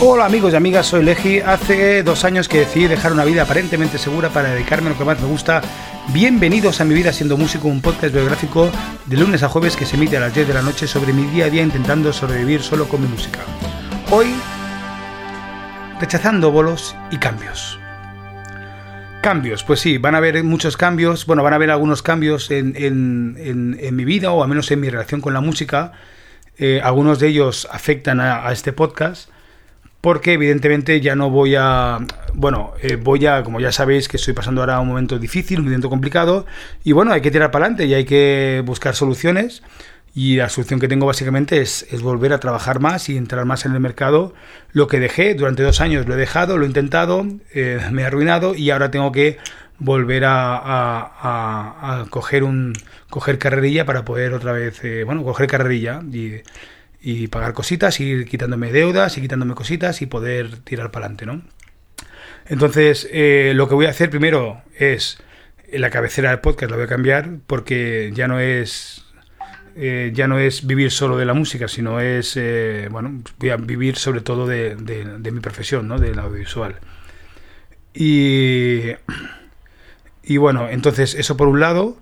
Hola amigos y amigas, soy Legi. Hace 2 años que decidí dejar una vida aparentemente segura para dedicarme a lo que más me gusta. Bienvenidos a Mi Vida Siendo Músico, un podcast biográfico de lunes a jueves que se emite a las 10 de la noche sobre mi día a día intentando sobrevivir solo con mi música. Hoy, rechazando bolos y cambios. Cambios, pues sí, van a haber muchos cambios. Bueno, van a haber algunos cambios en mi vida, o al menos en mi relación con la música. Algunos de ellos afectan a este podcast. Porque evidentemente ya no voy a... Bueno, como ya sabéis, que estoy pasando ahora un momento difícil, un momento complicado. Y bueno, hay que tirar para adelante y hay que buscar soluciones. Y la solución que tengo básicamente es volver a trabajar más y entrar más en el mercado. Lo que dejé durante 2 años lo he dejado, lo he intentado, me he arruinado y ahora tengo que volver a coger carrerilla para poder otra vez... coger carrerilla y pagar cositas, ir quitándome deudas y quitándome cositas y poder tirar para adelante, ¿no? Entonces, lo que voy a hacer primero es la cabecera del podcast la voy a cambiar porque ya no es vivir solo de la música, sino es voy a vivir sobre todo de mi profesión, ¿no? Del audiovisual. Y bueno, entonces eso por un lado.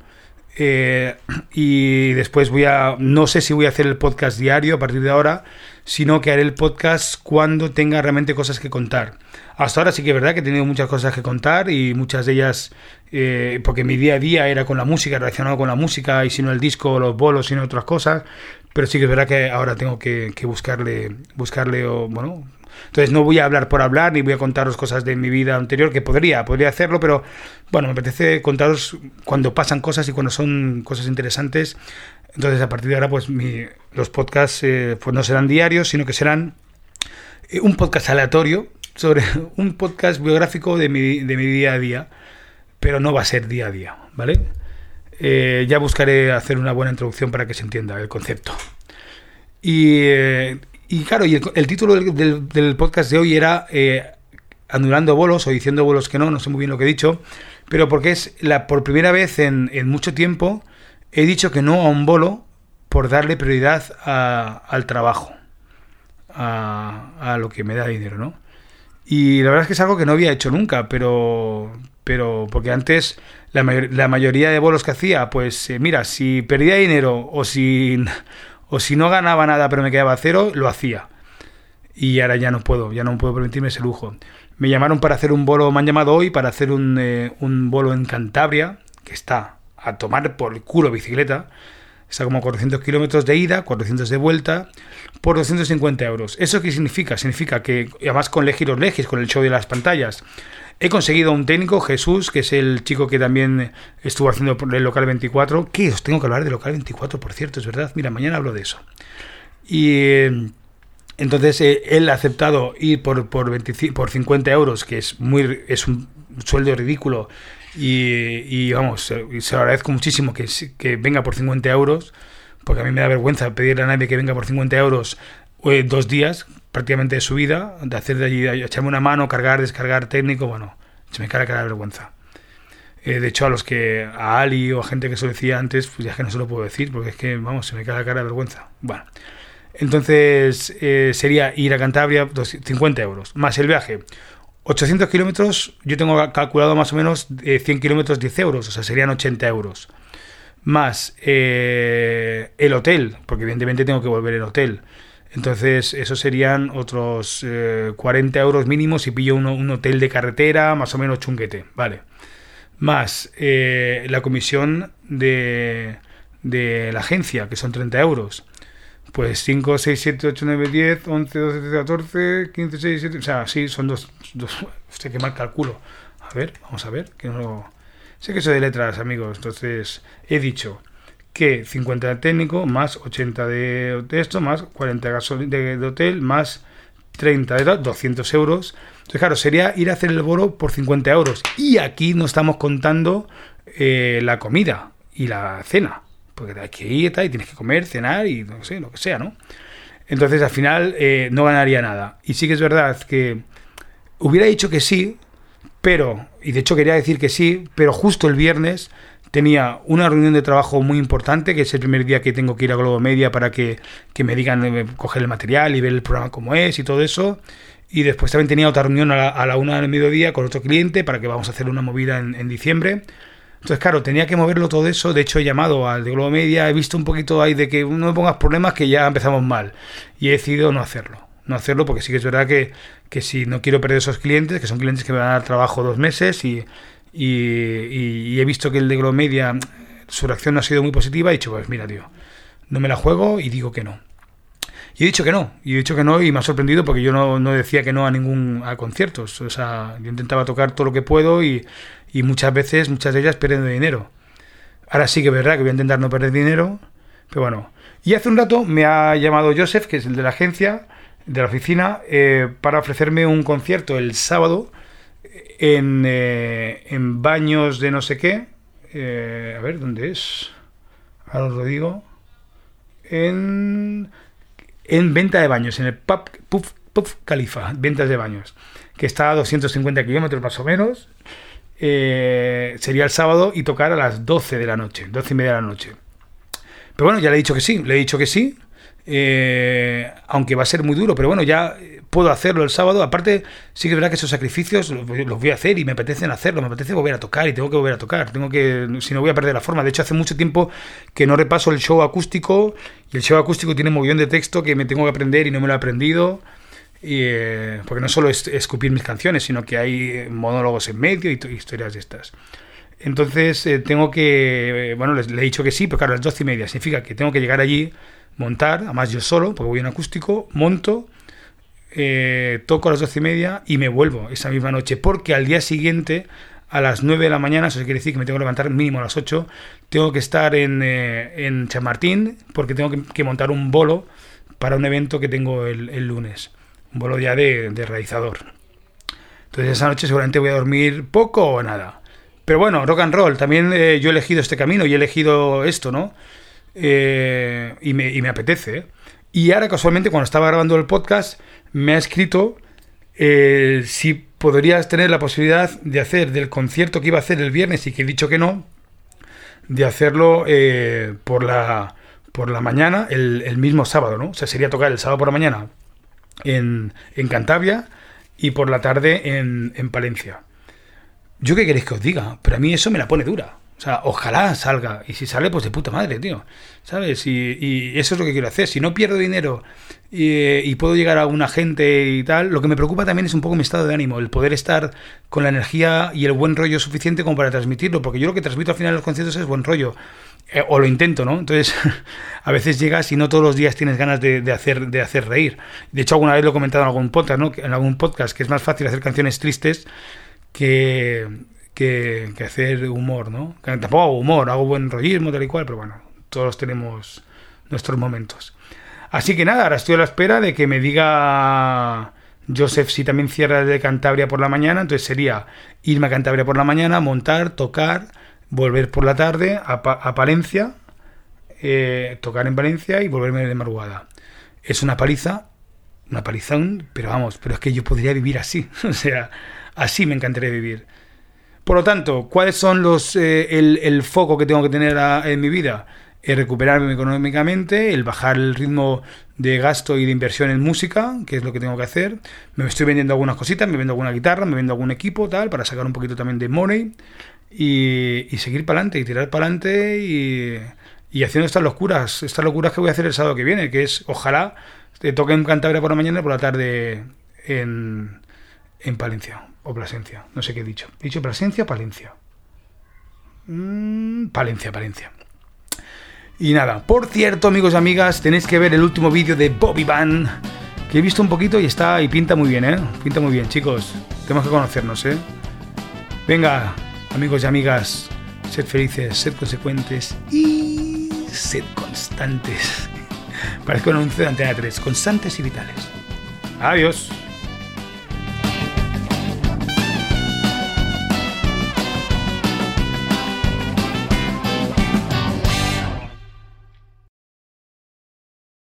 Y después no sé si voy a hacer el podcast diario a partir de ahora, sino que haré el podcast cuando tenga realmente cosas que contar. Hasta ahora sí que es verdad que he tenido muchas cosas que contar y muchas de ellas porque mi día a día era con la música, relacionado con la música, y si no el disco, los bolos, sino otras cosas, pero sí que es verdad que ahora tengo que buscarle entonces no voy a hablar por hablar, ni voy a contaros cosas de mi vida anterior, que podría hacerlo, pero bueno, me apetece contaros cuando pasan cosas y cuando son cosas interesantes. Entonces a partir de ahora pues los podcasts pues no serán diarios, sino que serán un podcast aleatorio, sobre un podcast biográfico de mi día a día, pero no va a ser día a día, ¿vale? Ya buscaré hacer una buena introducción para que se entienda el concepto. Y claro, el título del podcast de hoy era anulando bolos o diciendo bolos que no sé muy bien lo que he dicho, pero porque es por primera vez en mucho tiempo he dicho que no a un bolo por darle prioridad al trabajo, a lo que me da dinero, ¿no? Y la verdad es que es algo que no había hecho nunca, pero porque antes la mayoría de bolos que hacía, pues mira, si perdía dinero o si no ganaba nada pero me quedaba cero, lo hacía. Y ahora ya no puedo permitirme ese lujo. Me llamaron para hacer un bolo, me han llamado hoy para hacer un bolo en Cantabria, que está a tomar por el culo bicicleta. Está como 400 kilómetros de ida, 400 de vuelta, por 250 euros. ¿Eso qué significa? Significa que, además con Legis, con el show de las pantallas, he conseguido un técnico, Jesús, que es el chico que también estuvo haciendo el Local 24. ¿Qué? Os tengo que hablar de Local 24, por cierto, es verdad. Mira, mañana hablo de eso. Y entonces él ha aceptado ir por 50 euros, que es un sueldo ridículo. Y vamos, se lo agradezco muchísimo que venga por 50 euros, porque a mí me da vergüenza pedirle a nadie que venga por 50 euros 2 días prácticamente de su vida, de hacer de allí, echarme una mano, cargar, descargar técnico, bueno, se me cae la cara de vergüenza. De hecho, a Ali o a gente que se lo decía antes, pues ya es que no se lo puedo decir, porque es que, vamos, se me cae la cara de vergüenza. Bueno, entonces sería ir a Cantabria 50 euros, más el viaje. 800 kilómetros, yo tengo calculado más o menos 100 kilómetros 10 euros, o sea, serían 80 euros. Más el hotel, porque evidentemente tengo que volver en hotel. Entonces, eso serían otros 40 euros mínimos si pillo un hotel de carretera, más o menos chunguete, ¿vale? Más la comisión de la agencia, que son 30 euros. Pues 5, 6, 7, 8, 9, 10, 11, 12, 13, 14, 15, 16, 17... O sea, sí, son dos. Hostia, qué mal calculo. A ver, vamos a ver. Sé que soy de letras, amigos. Entonces, he dicho que 50 de técnico, más 80 de esto, más 40 de hotel, más 30 de 200 euros. Entonces, claro, sería ir a hacer el bolo por 50 euros. Y aquí no estamos contando la comida y la cena. Porque hay que ir y tienes que comer, cenar y no sé, lo que sea, ¿no? Entonces, al final, no ganaría nada. Y sí que es verdad que hubiera dicho que sí, y de hecho quería decir que sí, pero justo el viernes tenía una reunión de trabajo muy importante, que es el primer día que tengo que ir a Globo Media para que me digan coger el material y ver el programa como es y todo eso. Y después también tenía otra reunión a la 1 del mediodía con otro cliente para que vamos a hacer una movida en diciembre. Entonces, claro, tenía que moverlo todo eso. De hecho, he llamado al de Globo Media, he visto un poquito ahí de que no me pongas problemas, que ya empezamos mal. Y he decidido no hacerlo. No hacerlo porque sí que es verdad que si no quiero perder esos clientes, que son clientes que me van a dar trabajo 2 meses y he visto que el de Globo Media, su reacción no ha sido muy positiva, he dicho, pues mira, tío, no me la juego y digo que no. Y he dicho que no, y me ha sorprendido porque yo no decía que no a conciertos. O sea, yo intentaba tocar todo lo que puedo y muchas de ellas perdiendo dinero. Ahora sí que es verdad que voy a intentar no perder dinero, pero bueno. Y hace un rato me ha llamado Joseph, que es el de la agencia, de la oficina, para ofrecerme un concierto el sábado en Baños de no sé qué. A ver, ¿dónde es? Ahora os lo digo. En Venta de Baños, en el Pub Califa, Ventas de Baños, que está a 250 kilómetros más o menos. Sería el sábado y tocar a las 12 de la noche, 12 y media de la noche. Pero bueno, ya le he dicho que sí, aunque va a ser muy duro, pero bueno, ya puedo hacerlo el sábado. Aparte, sí que es verdad que esos sacrificios los voy a hacer y me apetecen hacerlo, me apetece volver a tocar y tengo que volver a tocar, si no voy a perder la forma. De hecho, hace mucho tiempo que no repaso el show acústico, y el show acústico tiene un montón de texto que me tengo que aprender y no me lo he aprendido. Porque no solo es escupir mis canciones, sino que hay monólogos en medio y historias de estas. Entonces tengo que, bueno, le he dicho que sí, pero claro, a las 12 y media significa que tengo que llegar allí, montar, además yo solo, porque voy en acústico, monto, toco a las 12 y media y me vuelvo esa misma noche, porque al día siguiente a las 9 de la mañana, eso quiere decir que me tengo que levantar mínimo a las 8, tengo que estar en Chamartín, porque tengo que montar un bolo para un evento que tengo el lunes. Un bolo ya de realizador. Entonces esa noche seguramente voy a dormir poco o nada. Pero bueno, rock and roll. También yo he elegido este camino y he elegido esto, ¿no? Y me apetece. Y ahora casualmente cuando estaba grabando el podcast me ha escrito si podrías tener la posibilidad de hacer del concierto que iba a hacer el viernes y que he dicho que no, de hacerlo por la mañana el mismo sábado, ¿no? O sea, sería tocar el sábado por la mañana en Cantabria y por la tarde en Palencia. ¿Yo qué queréis que os diga? Pero a mí eso me la pone dura. O sea, ojalá salga. Y si sale, pues de puta madre, tío. ¿Sabes? Y eso es lo que quiero hacer. Si no pierdo dinero y puedo llegar a una gente y tal, lo que me preocupa también es un poco mi estado de ánimo. El poder estar con la energía y el buen rollo suficiente como para transmitirlo. Porque yo lo que transmito al final de los conciertos es buen rollo. O lo intento, ¿no? Entonces, a veces llegas y no todos los días tienes ganas de hacer reír. De hecho, alguna vez lo he comentado en algún podcast, ¿no? En algún podcast, que es más fácil hacer canciones tristes que hacer humor, ¿no? Que tampoco hago humor, hago buen rollismo, tal y cual, pero bueno, todos tenemos nuestros momentos. Así que nada, ahora estoy a la espera de que me diga Joseph si también cierra de Cantabria por la mañana. Entonces sería irme a Cantabria por la mañana, montar, tocar, volver por la tarde a Palencia, tocar en Valencia y volverme de madrugada. Es una palizón, pero es que yo podría vivir así. O sea, así me encantaría vivir. Por lo tanto, ¿cuáles son el foco que tengo que tener en mi vida? Recuperarme económicamente, el bajar el ritmo de gasto y de inversión en música, que es lo que tengo que hacer. Me estoy vendiendo algunas cositas, me vendo alguna guitarra, me vendo algún equipo, tal, para sacar un poquito también de money y seguir para adelante y tirar para adelante y haciendo estas locuras que voy a hacer el sábado que viene, que es, ojalá, toque en Cantabria por la mañana y por la tarde en Palencia o Plasencia, no sé qué he dicho. ¿He dicho Plasencia o Palencia? Palencia. Y nada, por cierto, amigos y amigas, tenéis que ver el último vídeo de Bobby Van, que he visto un poquito y pinta muy bien, pinta muy bien, chicos. Tenemos que conocernos, Venga, amigos y amigas, sed felices, sed consecuentes y sed constantes. Parezco un anuncio de Antena 3, constantes y vitales. Adiós.